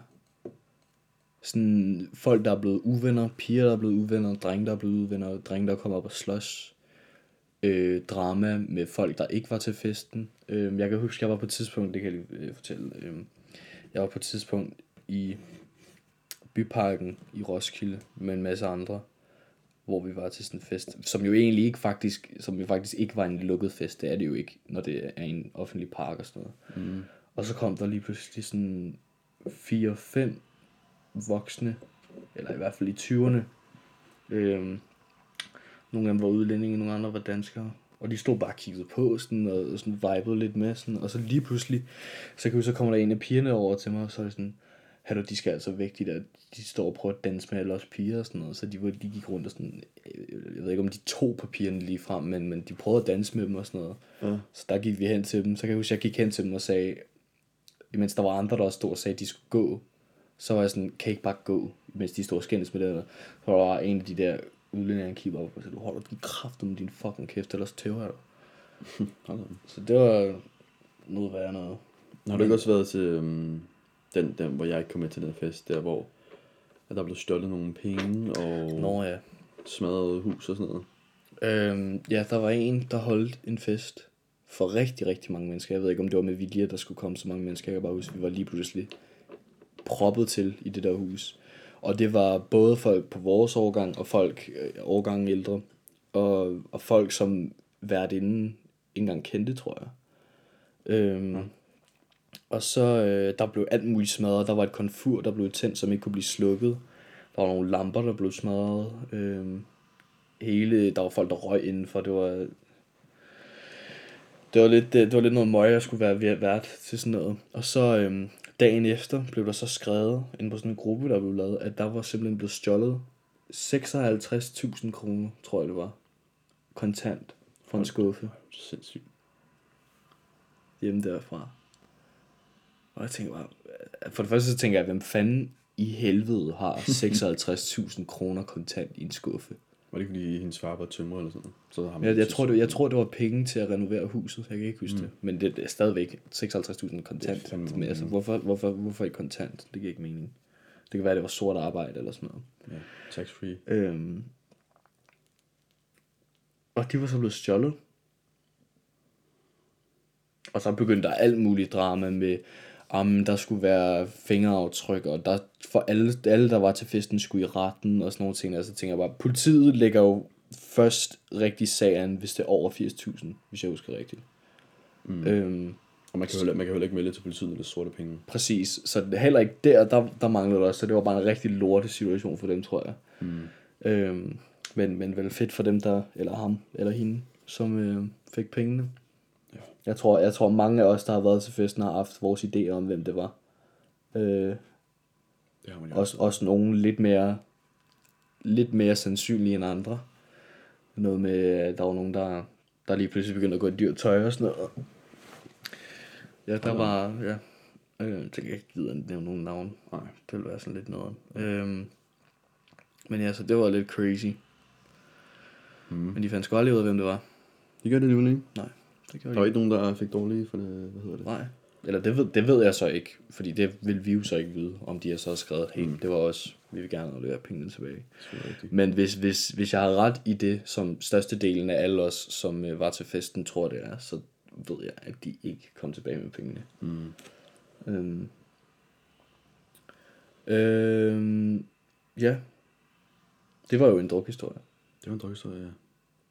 Sådan folk, der er blevet uvenner, piger, der er blevet uvenner, drenge, der er blevet uvenner, drenge, der kommer op og slås. Øh, drama med folk, der ikke var til festen. Øh, jeg kan huske, jeg var på et tidspunkt, det kan jeg lige øh, fortælle. Øh, jeg var på et tidspunkt i Byparken i Roskilde med en masse andre, hvor vi var til sådan en fest, som jo egentlig ikke faktisk, som jo faktisk ikke var en lukket fest. Det er det jo ikke, når det er en offentlig park og sådan noget. Mm. Og så kom der lige pludselig sådan fire fem voksne, eller i hvert fald i tyverne. Øhm, nogle af dem var udlændinge, nogle andre var danskere. Og de stod bare og kiggede på sådan, og sådan vibede lidt med. Sådan. Og så lige pludselig, så, kan vi, så kommer der en af pigerne over til mig, og så er det sådan, hallo, de skal altså væk, de der, de står og prøver at danse med alle os piger og sådan noget. Så de, var, de gik rundt og sådan, jeg ved ikke om de tog papirerne lige frem, men, men de prøvede at danse med dem og sådan noget. Ja. Så der gik vi hen til dem, så kan jeg huske, jeg gik hen til dem og sagde, imens der var andre, der stod og sagde, at de skulle gå, så var jeg sådan, kan I ikke bare gå, mens de stod og skændes med det der. Så var der en af de der udlændinge, kigger op og sagde, du holder din kraft om din fucking kæft, ellers tøver jeg dig. Så det var noget værre noget. Har du ikke også været til um, den, den, hvor jeg ikke kom med til den fest, der hvor at der blev stjålet nogle penge og Nå, ja. smadret hus og sådan noget? Øhm, ja, der var en, der holdt en fest for rigtig, rigtig mange mennesker. Jeg ved ikke, om det var med vilje, der skulle komme så mange mennesker. Jeg kan bare huske, at vi var lige pludselig proppet til i det der hus. Og det var både folk på vores årgang, og folk øh, årgangen ældre, og, og folk, som værtinden ikke engang kendte, tror jeg. Øhm, ja. Og så, øh, der blev alt muligt smadret. Der var et komfur, der blev tændt, som ikke kunne blive slukket. Der var nogle lamper, der blev smadret. Øhm, hele, der var folk, der røg indenfor. Det var, det var lidt, det var lidt noget møg, jeg skulle være vært til sådan noget. Og så øhm, dagen efter blev der så skrevet inde på sådan en gruppe, der blev lavet, at der var simpelthen blevet stjålet seksoghalvtreds tusind kroner, tror jeg det var, kontant fra en skuffe. Sindssygt. Hjemme derfra. Og jeg tænker bare, for det første så tænker jeg, hvem fanden i helvede har seksoghalvtreds tusind kroner kontant i en skuffe? Var det ikke fordi hendes far var tømrer eller sådan noget? Så har man jeg, jeg, tror, det, jeg tror det var penge til at renovere huset, jeg kan ikke huske mm. det. Men det, det er stadigvæk seksoghalvtreds tusind kontant. Det fandme, men altså, hvorfor, hvorfor, hvorfor ikke kontant? Det giver ikke mening. Det kan være, det var sort arbejde eller sådan noget. Ja, tax free. Øhm, og de var så blevet stjålet. Og så begyndte der alt muligt drama med, om der skulle være fingeraftryk, og der, for alle, alle, der var til festen, skulle i retten, og sådan nogle ting. Og så tænker jeg bare, politiet lægger jo først rigtig sagen, hvis det er over firs tusind, hvis jeg husker rigtigt. Mm. Øhm, og man kan, heller, man kan heller ikke melde til politiet, når det er sorte penge. Præcis, så heller ikke der, der, der manglede det også, så det var bare en rigtig lorte situation for dem, tror jeg. Mm. Øhm, men, men vel fedt for dem, der, eller ham, eller hende, som øh, fik pengene. Ja. Jeg tror, jeg tror mange af os, der har været til festen, har haft vores idéer om, hvem det var. Øh, det har man jo også, også nogle lidt mere, lidt mere sandsynlige end andre. Noget med, at der var nogen, der, der lige pludselig begyndte at gå i dyrt tøj og sådan noget. Ja, der var, ja, øh, jeg tænker ikke gider at nævne nogen navn. Nej, det ville være sådan lidt noget. Øhm, men ja, så det var lidt crazy. Mm. Men de fandt sgu aldrig ud af, hvem det var. De gør det alligevel ikke? Nej, det gjorde de. Der var ikke nogen, der fik dårlige for det, hvad hedder det? Nej, eller det ved, det ved jeg så ikke, fordi det vil vi jo så ikke vide, om de har så skrevet, hey, mm. det var også, vi vil gerne levere pengene tilbage. Men hvis, hvis, hvis jeg har ret i det, som størstedelen af alle os, som øh, var til festen, tror det er, så ved jeg, at de ikke kom tilbage med pengene. Mm. Øhm. Øhm. Ja. Det var jo en drukhistorie. Det var en drukhistorie, ja.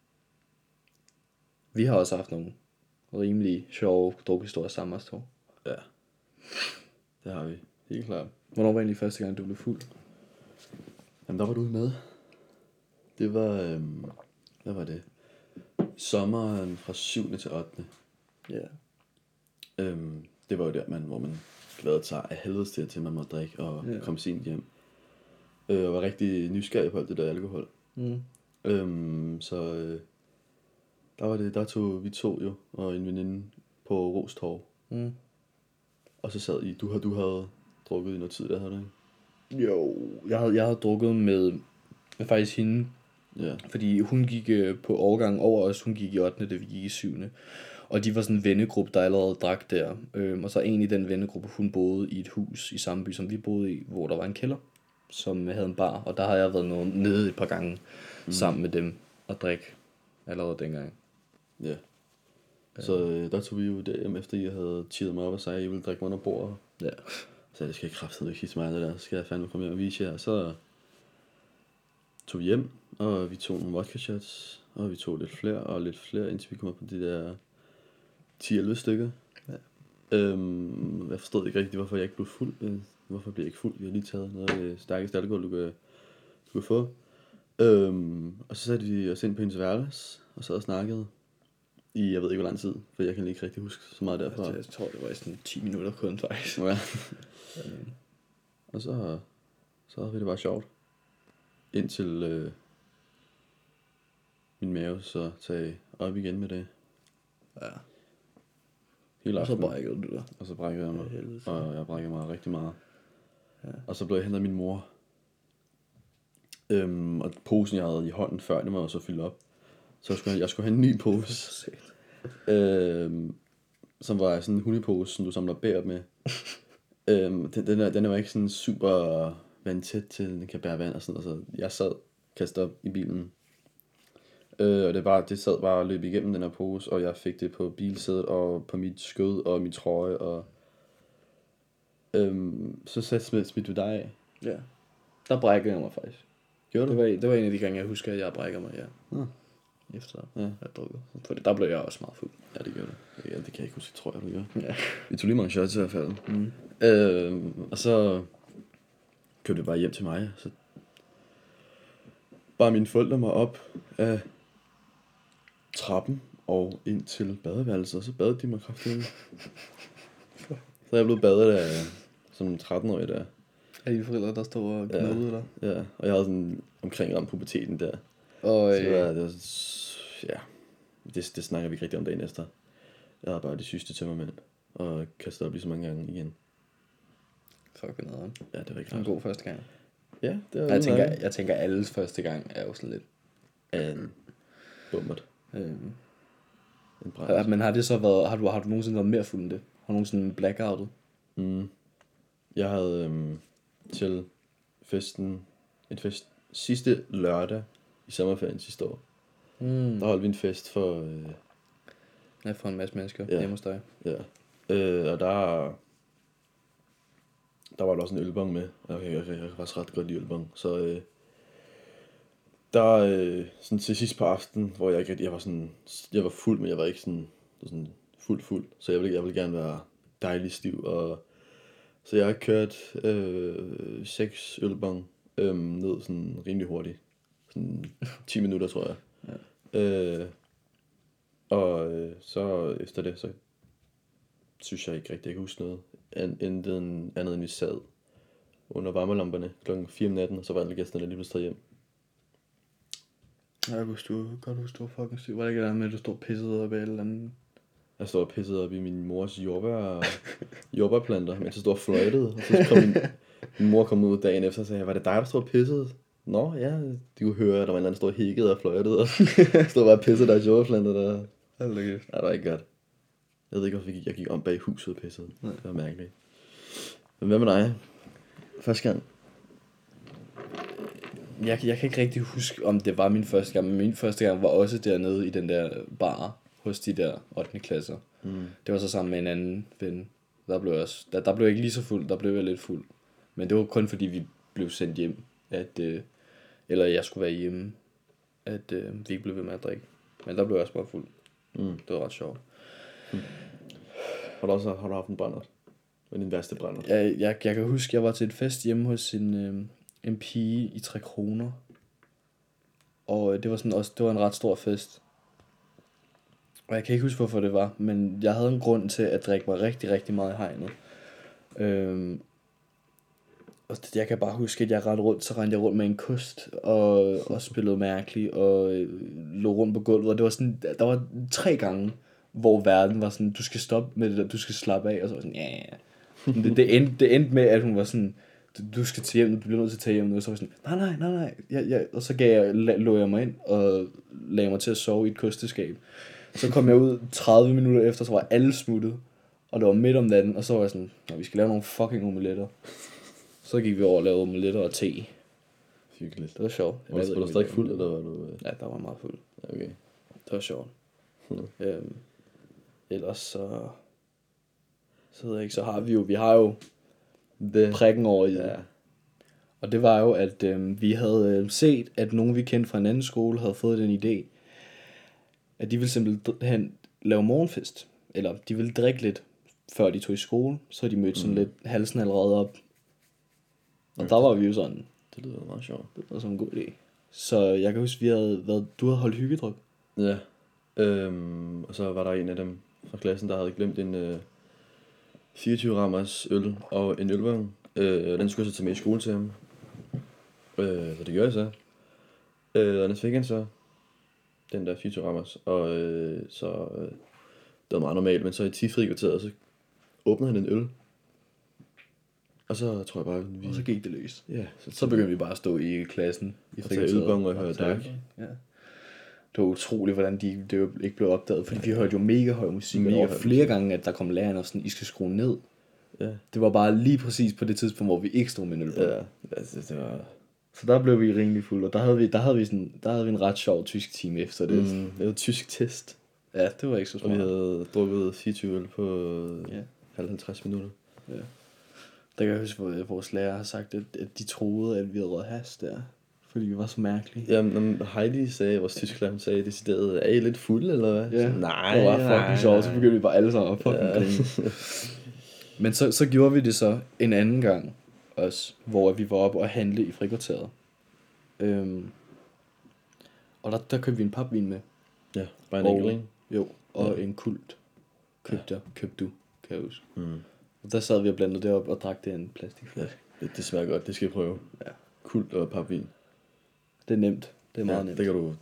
Vi har også haft nogle rimelig sjove drukhistorier sammen os to. Ja. Det har vi. Helt klart. Hvornår var egentlig første gang, du blev fuld? Jamen, der var du med. Det var, øhm, hvad var det? Sommeren fra syvende til ottende Ja. Yeah. Øhm, det var jo der, man, hvor man glæder sig af helvedes til, til man må drikke og yeah. komme sent hjem. Øh, og var rigtig nysgerrig på alt det der alkohol. Mm. Øhm, så øh, der var det, der tog vi to jo, og en veninde på Rostorv. Mm. Og så sad I, du, du havde drukket i noget tid der, havde du ikke? Jo, jeg havde, jeg havde drukket med Men faktisk hende, Ja. fordi hun gik øh, på årgang over os, hun gik i ottende, da vi gik i syvende. Og de var sådan en vennegruppe, der allerede drak der. Øhm, og så en i den vennegruppe, hun boede i et hus i samme by, som vi boede i, hvor der var en kælder, som havde en bar. Og der har jeg været noget, nede et par gange mm. sammen med dem og drikke allerede dengang. Ja. Så øh, der tog vi jo derhjem, efter I havde tidet mig op og sagde, at I ville drikke mig under bordet. Ja. Så det skal jeg kraftedeme ikke hisse mig det der. Så skal jeg fandme komme hjem og vise jer. Så tog vi hjem, og vi tog nogle vodka shots, og vi tog lidt flere og lidt flere, indtil vi kom op på de der ti elleve stykker. Ja. Øhm, jeg forstod ikke rigtig, hvorfor jeg ikke blev fuld. Øh, Hvorfor blev jeg ikke fuld? Vi har lige taget noget af det stærkeste alkohol, du kan, du kan få. Øhm, og så satte vi os ind på hendes værelse, og sad og snakkede i, jeg ved ikke hvor lang tid, for jeg kan ikke rigtig huske så meget derfra. Jeg tror, det var i sådan ti minutter kun, faktisk. Ja. Og så, så havde vi det bare sjovt. Indtil øh, min mave så sagde op igen med det. Ja. Hele Og så aftenen. brækkede du dig. Og så brækkede jeg mig. For helvede. Og jeg brækkede mig rigtig meget. Ja. Og så blev jeg hentet af min mor. Øhm, og posen jeg havde i hånden før, det var jo så fyldt op. Så jeg skulle have, jeg skulle have en ny pose. øhm, som var sådan en hundepose, som du samler bær med. øhm, den, den, er, den er jo ikke sådan super vandtæt til, den kan bære vand og sådan noget. Så jeg sad, kastet op i bilen. Øh, og det, bare, det sad bare og løb igennem den her pose, og jeg fik det på bilsædet og på mit skød og mit trøje. Og, øhm, så satte smidt, smidt du dig af. Ja. Der brækkede jeg mig faktisk. Gjorde du? Det var, det var en af de gange, jeg husker, at jeg brækker mig, ja. Ja. Efter Ja. at have drukket. For det, der blev jeg også meget fuld. Ja, det gjorde det. Ja, det kan jeg ikke huske, tror jeg, du gjorde. Ja. Vi tog lige mange shots i hvert fald. Mm. Øhm, og så kørte vi bare hjem til mig. Så bare mine forældre mig op af trappen og ind til badeværelset, og så badede de mig kraftigt. Så jeg blev badet af som tretten-årig der. Er dine forældre, der står og knudede ja. der? Ja, og jeg havde sådan omkring ramt puberteten der. Og Så det øh, var, det var, ja, det, det snakker vi ikke rigtig om dagen efter. Jeg havde bare de sygeste tømmermænd, og kastet op lige så mange gange igen. fuck noget. Ja, det var ikke En rart. god første gang. Ja, det var Jeg tænker, jeg tænker, at alles første gang er jo sådan lidt. en bummert. Øhm, En brand. ja, men har det så været, har du, har du nogensinde været mere fuld end det? Har du nogensinde blackoutet? Mm. Jeg havde øhm, til festen, en fest sidste lørdag i sommerferien sidste år. Mm. Der holdt vi en fest for, øh, Ja, for en masse mennesker Ja. hjemme hos dig. ja, øh, og der, der var der også en ølbong med, og jeg, jeg, jeg, jeg kan faktisk ret godt lide ølbong, så øh, der, øh, sådan til sidst på aftenen, hvor jeg ikke rigtig, jeg var sådan, jeg var fuld, men jeg var ikke sådan, sådan fuld fuld, så jeg ville, jeg ville gerne være dejlig stiv, og så jeg har kørt øh, seks ølbong øh, ned sådan rimelig hurtigt, sådan ti minutter tror jeg. Ja. Øh, og øh, så efter det, så synes jeg ikke rigtig, jeg kan huske noget an- andet andet end vi sad under varmelamperne klokken fire om natten, og så var alle gæsterne lige pludselig hjem. Jeg kan huske, du godt huske, du var fucking syg. Var det ikke der med, at du stod pisset op af et eller andet? Jeg stod og pissede op i min mors jordbær, jordbærplanter, mens jeg stod og fløjtede, og så kom min, min mor kom ud dagen efter og sagde, var det dig, der stod og pissede? Nå, ja, de kunne høre, at der var en eller anden, der stod og hikkede og fløjtede, og stod bare og pissede deres jordbærplanter der. Hold da kæft. Ja, det var ikke godt. Jeg ved ikke, hvorfor jeg gik, jeg gik om bag huset og pissede. Nej. Det var mærkeligt. Men hvad med dig? Første gang? Jeg, jeg kan ikke rigtig huske, om det var min første gang, men min første gang var også dernede i den der bar hos de der ottende klasser. Mm. Det var så sammen med en anden ven. Der blev jeg, også, der, der blev jeg ikke lige så fuld, der blev jeg lidt fuld. Men det var kun fordi vi blev sendt hjem, at, øh, eller jeg skulle være hjemme, at øh, vi ikke blev ved med at drikke. Men der blev jeg også bare fuld. Mm. Det var ret sjovt. Har du også har du haft en brændert? Hvad er din værste brændert? Jeg, jeg, jeg kan huske, jeg var til et fest hjemme hos en, øh, en pige i Tre Kroner. Og øh, det var sådan også, det var en ret stor fest. Og jeg kan ikke huske, hvorfor det var, men jeg havde en grund til at drikke mig rigtig, rigtig meget i hegnet. Øhm, og det, jeg kan bare huske, at jeg rendte rundt, så rendte jeg rundt med en kost, og, og spillede mærkeligt, og øh, lå rundt på gulvet, og det var sådan, der var tre gange, hvor verden var sådan, du skal stoppe med det der, du skal slappe af, og så var jeg sådan, ja, ja, ja. Det, det, endte, det endte med, at hun var sådan, du, du skal til hjem, du bliver nødt til at tage hjem nu. Og så var jeg sådan, nej, nej, nej, nej. Jeg, jeg, og så gav jeg, lå jeg mig ind og lagde mig til at sove i et kosteskab. Så kom jeg ud tredive minutter efter, så var alle smuttet. Og det var midt om natten, og så var jeg sådan, vi skal lave nogle fucking omeletter. Så gik vi over og lavede omeletter og te. Hyggeligt. Det var sjovt. Var du, var du stadig fuld, eller var du... Ja, der var meget fuld. Okay. Det var sjovt. Hmm. Øhm, ellers så... Så ved jeg ikke, så har vi jo... Vi har jo det. prikken over i. Ja. Og det var jo, at øhm, vi havde øh, set, at nogen vi kendte fra en anden skole havde fået den idé, at de ville simpelthen lave morgenfest. Eller de ville drikke lidt, før de tog i skole. Så de mødte sådan mm. lidt halsen allerede op. Og okay. Der var vi jo sådan... Det lyder meget sjovt. Det var sådan en god idé. Så jeg kan huske, vi havde været... Du havde holdt hyggedruk. Ja. Øhm, og så var der en af dem fra klassen, der havde glemt en øh, fireogtyve rammers øl og en ølvang. Øh, den skulle jeg så tage med i skole til ham. Øh, så det gjorde jeg så. Øh, og den fik han så. Den der fireogtyve rammers. Og øh, så... Øh, det var meget normalt, men så i ti-frikvarteret, så åbnede han en øl. Og så tror jeg bare... Vi... Og så gik det løs. Ja. Så, så begyndte vi bare at stå i klassen. I og tage ølbong og høre Dark. Ja. Det var utroligt, hvordan de, det jo ikke blev opdaget, fordi vi hørte jo mega høj musik, mega og flere musik. Gange, at der kom læreren og sådan, I skal skrue ned. Ja. Det var bare lige præcis på det tidspunkt, hvor vi ikke stod med en ølbong. Ja, altså, det var... Så der blev vi rimelig fulde, og der havde vi, der havde vi, sådan, der havde vi en ret sjov tysk time efter det. Mm, det var tysk test. Ja, det var ikke så smart. Og vi havde drukket fireogtyve øl på ja. halvtreds minutter. Ja. Der kan jeg huske, at vores lærer har sagt, at, at de troede, at vi havde røget has der. Fordi vi var så mærkelige. Jamen, Heidi sagde, vores tysklærer, hun sagde decideret, er I lidt fulde, eller hvad? Ja, så, nej, det var fucking sjovt, så begyndte vi bare alle sammen at fucking ja. grine. Men så, så gjorde vi det så en anden gang også, hvor vi var oppe og handle i frikvarteret. Øhm, og der, der købte vi en papvin med. Ja, bare en enkelt, Jo, og ja. en kult købte ja. jeg, købte du, kan jeg huske. Mm. Og der sad vi og blandede det op og drak det i en plastikflaske. Ja, det, det smager godt, det skal jeg prøve. Ja. Kult og papvin. Det er nemt. Det er meget ja, nemt. det kan du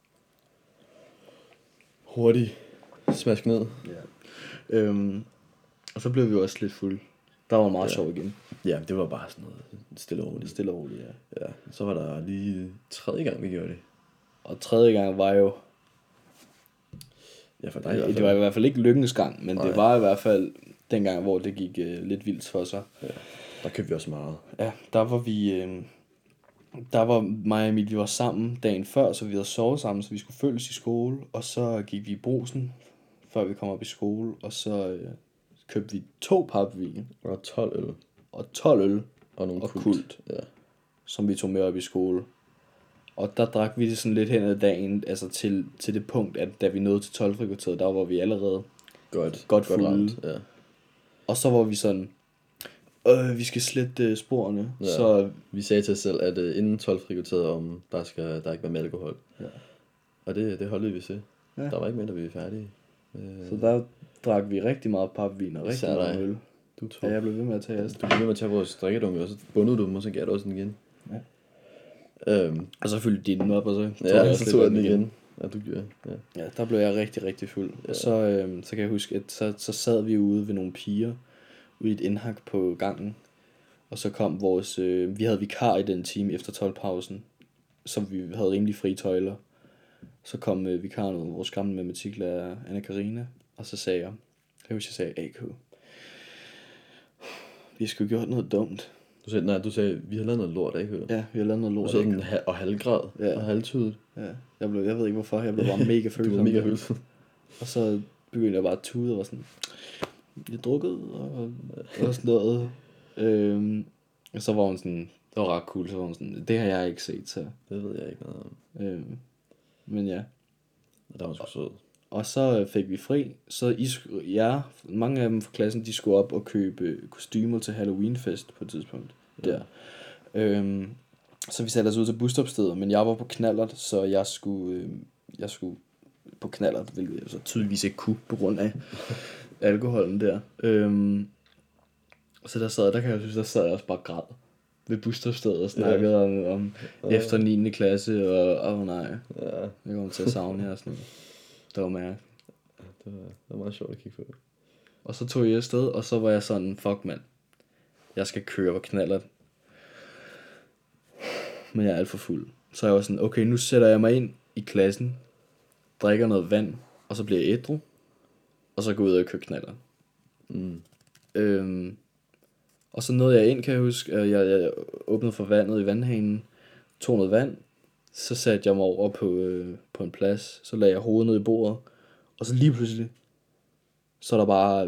hurtigt smaske ned. Ja. Øhm, og så blev vi også lidt fulde. Der var meget ja. sjov igen. Ja, det var bare sådan noget stille og roligt. Stille og roligt, ja. Ja, så var der lige tredje gang, vi gjorde det. Og tredje gang var jo... Ja, for dig det, det var i hvert fald ikke lykkens gang, men Nej. det var i hvert fald den gang, hvor det gik øh, lidt vildt for sig. Ja, der købte vi også meget. Ja, der var vi... Øh, der var mig og Emil, vi var sammen dagen før, så vi havde sovet sammen, så vi skulle følges i skole. Og så gik vi i Brugsen, før vi kom op i skole, og så øh, købte vi to papvin. Og tolv øl. Og tolv øl. Og nogle og kult. kult Ja. Som vi tog med op i skole. Og der drak vi det sådan lidt hen ad dagen, altså til, til det punkt, at da vi nåede til tolv-frikvarteret, der var vi allerede godt, godt fulde. Ramt, ja. Og så var vi sådan, øh, vi skal slette uh, sporene. Ja. Så vi sagde til os selv, at uh, inden tolv-frikvarteret, om der skal der ikke være med alkohol. Ja. Og det, det holdte vi til. Ja. Der var ikke mere, da vi var færdige. Så der drak vi rigtig meget papvin og rigtig meget øl. Du tog. Ja, jeg blev ved med at tage Du blev ved med at tage vores drikkedunke, og så bundede du dem, og så gav du også den igen. Ja. Øhm, og så fyldte de den op, og så tog ja, jeg også så tog jeg den igen. igen. Ja, du gjorde. Ja. Ja, der blev jeg rigtig, rigtig fuld. Ja. Og så, øhm, så kan jeg huske, at så, så sad vi ude ved nogle piger, ude i et indhak på gangen. Og så kom vores, øh, vi havde vikar i den time efter tolv-pausen, så vi havde rimelig frie tøjler. Så kom øh, vikaren, vores gamle matematiklærer, Anna Karina, og så sagde jeg, jeg husker, jeg sagde, A K, vi har sgu gjort noget dumt. Du sagde, nej, du sagde, vi har lavet noget lort, ikke? Ja, vi har lavet noget lort. Og så den ha- og halvgrad, ja. og halvtudet. Ja, jeg, blev, jeg ved ikke hvorfor, jeg blev bare mega følsom. Du var mega følsom. Og så begyndte jeg bare at tude og var sådan, jeg drukkede og, og sådan noget. Øhm, og så var hun sådan, det var ret cool, så var hun sådan, det har jeg ikke set, så. Det ved jeg ikke noget om. Øhm, men ja. Og der var sgu sød. Og så fik vi fri, så I, ja, mange af dem fra klassen, de skulle op og købe kostymer til Halloweenfest på et tidspunkt. Ja. Der. Øhm, så vi satte os ud til busstopstedet, men jeg var på knallert, så jeg skulle, øh, jeg skulle på knallert, hvilket jeg så tydeligvis ikke kunne, på grund af alkoholen der. Øhm, så der sad, der kan jeg synes, der sad jeg også bare græd ved busstopstedet og snakkede ja. om, om ja. efter niende klasse, og åh oh, nej, ja. jeg kommer til at savne jer og sådan noget. Det var mærkeligt. Det var, det var meget sjovt at kigge på. Og så tog jeg afsted, og så var jeg sådan, fuck mand, jeg skal køre på knallert men jeg er alt for fuld. Så jeg var sådan, okay, nu sætter jeg mig ind i klassen, drikker noget vand, og så bliver jeg ædru, og så går jeg ud og kører knaller. Mm. Øhm, og så nåede jeg ind, kan jeg huske, jeg, jeg åbnede for vandet i vandhanen, tog noget vand, så satte jeg mig over på, øh, på en plads, så lagde jeg hovedet ned i bordet, og så lige pludselig, så er der bare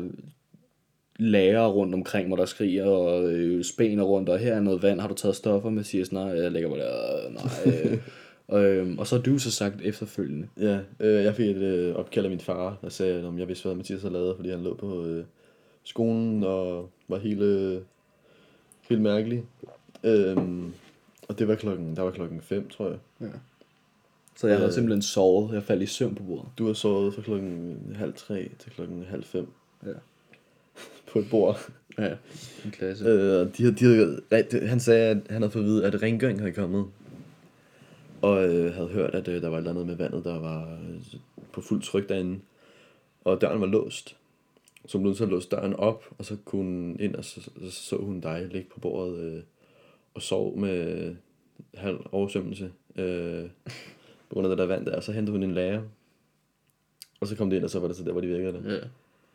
lærer rundt omkring mig, der skriger, og øh, spæner rundt, og her er noget vand, har du taget stoffer, Mathias? Nej, jeg lægger mig der, nej. øh, og, øh, og så har du så sagt efterfølgende. Ja, øh, jeg fik et øh, opkald af min far, der sagde, om jeg vidste, hvad Mathias havde lavet, fordi han lå på øh, skolen og var helt, øh, helt mærkelig. Øhm, og det var klokken, der var klokken fem, tror jeg. Ja. Så jeg havde Øh. simpelthen sovet, jeg faldt i søvn på bordet. Du har sovet fra klokken halv tre til klokken halv fem Ja. på et bord. Ja, en klasse. Øh, og de, havde- de, havde- han sagde, at han havde fået at vide, at rengøring havde kommet. Og øh, havde hørt, at øh, der var et eller andet med vandet, der var øh, på fuld tryk derinde. Og døren var låst. Så hun blev nødt til at låse døren op, og så kunne hun ind, og så så, så hun dig ligge på bordet øh, og sov med halv oversvømmelse. Øh, på grund af det der vand der. Og så hentede hun en lærer. Og så kom det ind, og så var det så der, hvor de virkede det. Ja.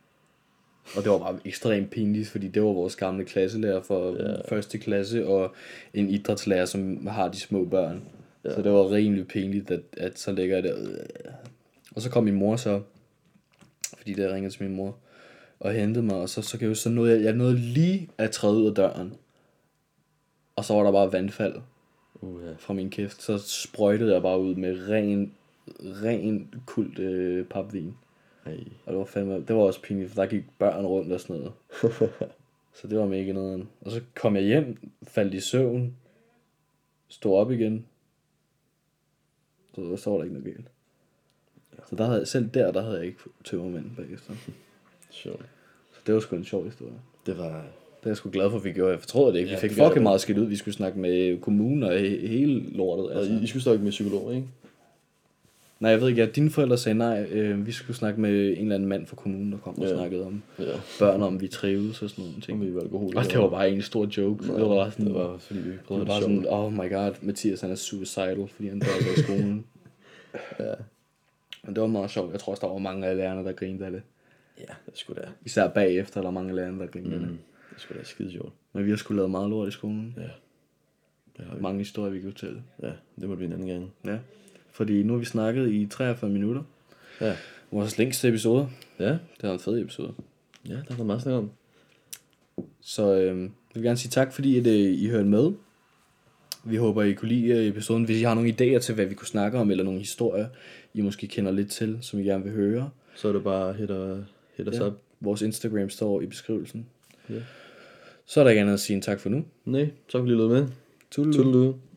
Og det var bare ekstremt pinligt, fordi det var vores gamle klasselærer for Ja. første klasse, og en idrætslærer, som har de små børn. Ja. Så det var rimelig pinligt, at, at så ligger jeg der. Og så kom min mor så, fordi der ringede til min mor, og hentede mig, og så, så kan jeg huske, så nåede jeg, jeg nåede lige at træde ud af døren. Og så var der bare vandfald Uh, ja. fra min kæft. Så sprøjtede jeg bare ud med ren, ren kult øh, papvin. Ej. Og det var fandme, det var også pinligt, for der gik børn rundt og sådan noget. Så det var mega noget. Og så kom jeg hjem, faldt i søvn, stod op igen. Så, så var der ikke noget galt. Så der havde, selv der, der havde jeg ikke tømmermænd bagefter. Sjovt. Så det var sgu en sjov historie. Det var... Det er jeg sgu glad for, at vi gjorde. Jeg fortrød det ikke. Ja, Vi fik det gør fucking jeg. meget skidt ud. Vi skulle snakke med kommunen og he- hele lortet. Og Altså. I, I skulle snakke med psykolog, ikke? Nej, jeg ved ikke, at dine forældre sagde nej. Øh, vi skulle snakke med en eller anden mand fra kommunen, der kom og Ja. snakkede om Ja. børn, om vi trives og sådan nogle ting. Om vi var alkoholikere. Og det var bare en stor joke. Nej, det var bare sådan, det var fordi vi det prøvede var det bare sjovt. sådan, oh my god, Mathias han er suicidal, fordi han dør i skolen. Ja. Men det var meget sjovt. Jeg tror også, der var mange af lærerne, der grinede af det. Ja, det skulle da. Især bagefter, der var mange af lærerne, der grinede af det. Mm. Det skulle da skide sjovt. Men vi har sgu lavet meget lort i skolen. Ja. Det har vi. Mange historier, vi kan fortælle. Ja, det må vi en anden gang. Ja. Fordi nu har vi snakket i treogfyrre minutter. Ja. Vores længste episode. Ja. Det var en fed episode. Ja, der er der meget snak om. Så øh, jeg vil gerne sige tak, fordi at, øh, I hørte med. Vi håber, I kunne lide øh, episoden. Hvis I har nogle idéer til, hvad vi kunne snakke om, eller nogle historier, I måske kender lidt til, som I gerne vil høre. Så er det bare hit, og, hit os Ja. op. Vores Instagram står i beskrivelsen. Ja. Så er der ikke andet at sige end tak for nu. Nej, så kan vi lige løbe med. Tudelu. Tudelu.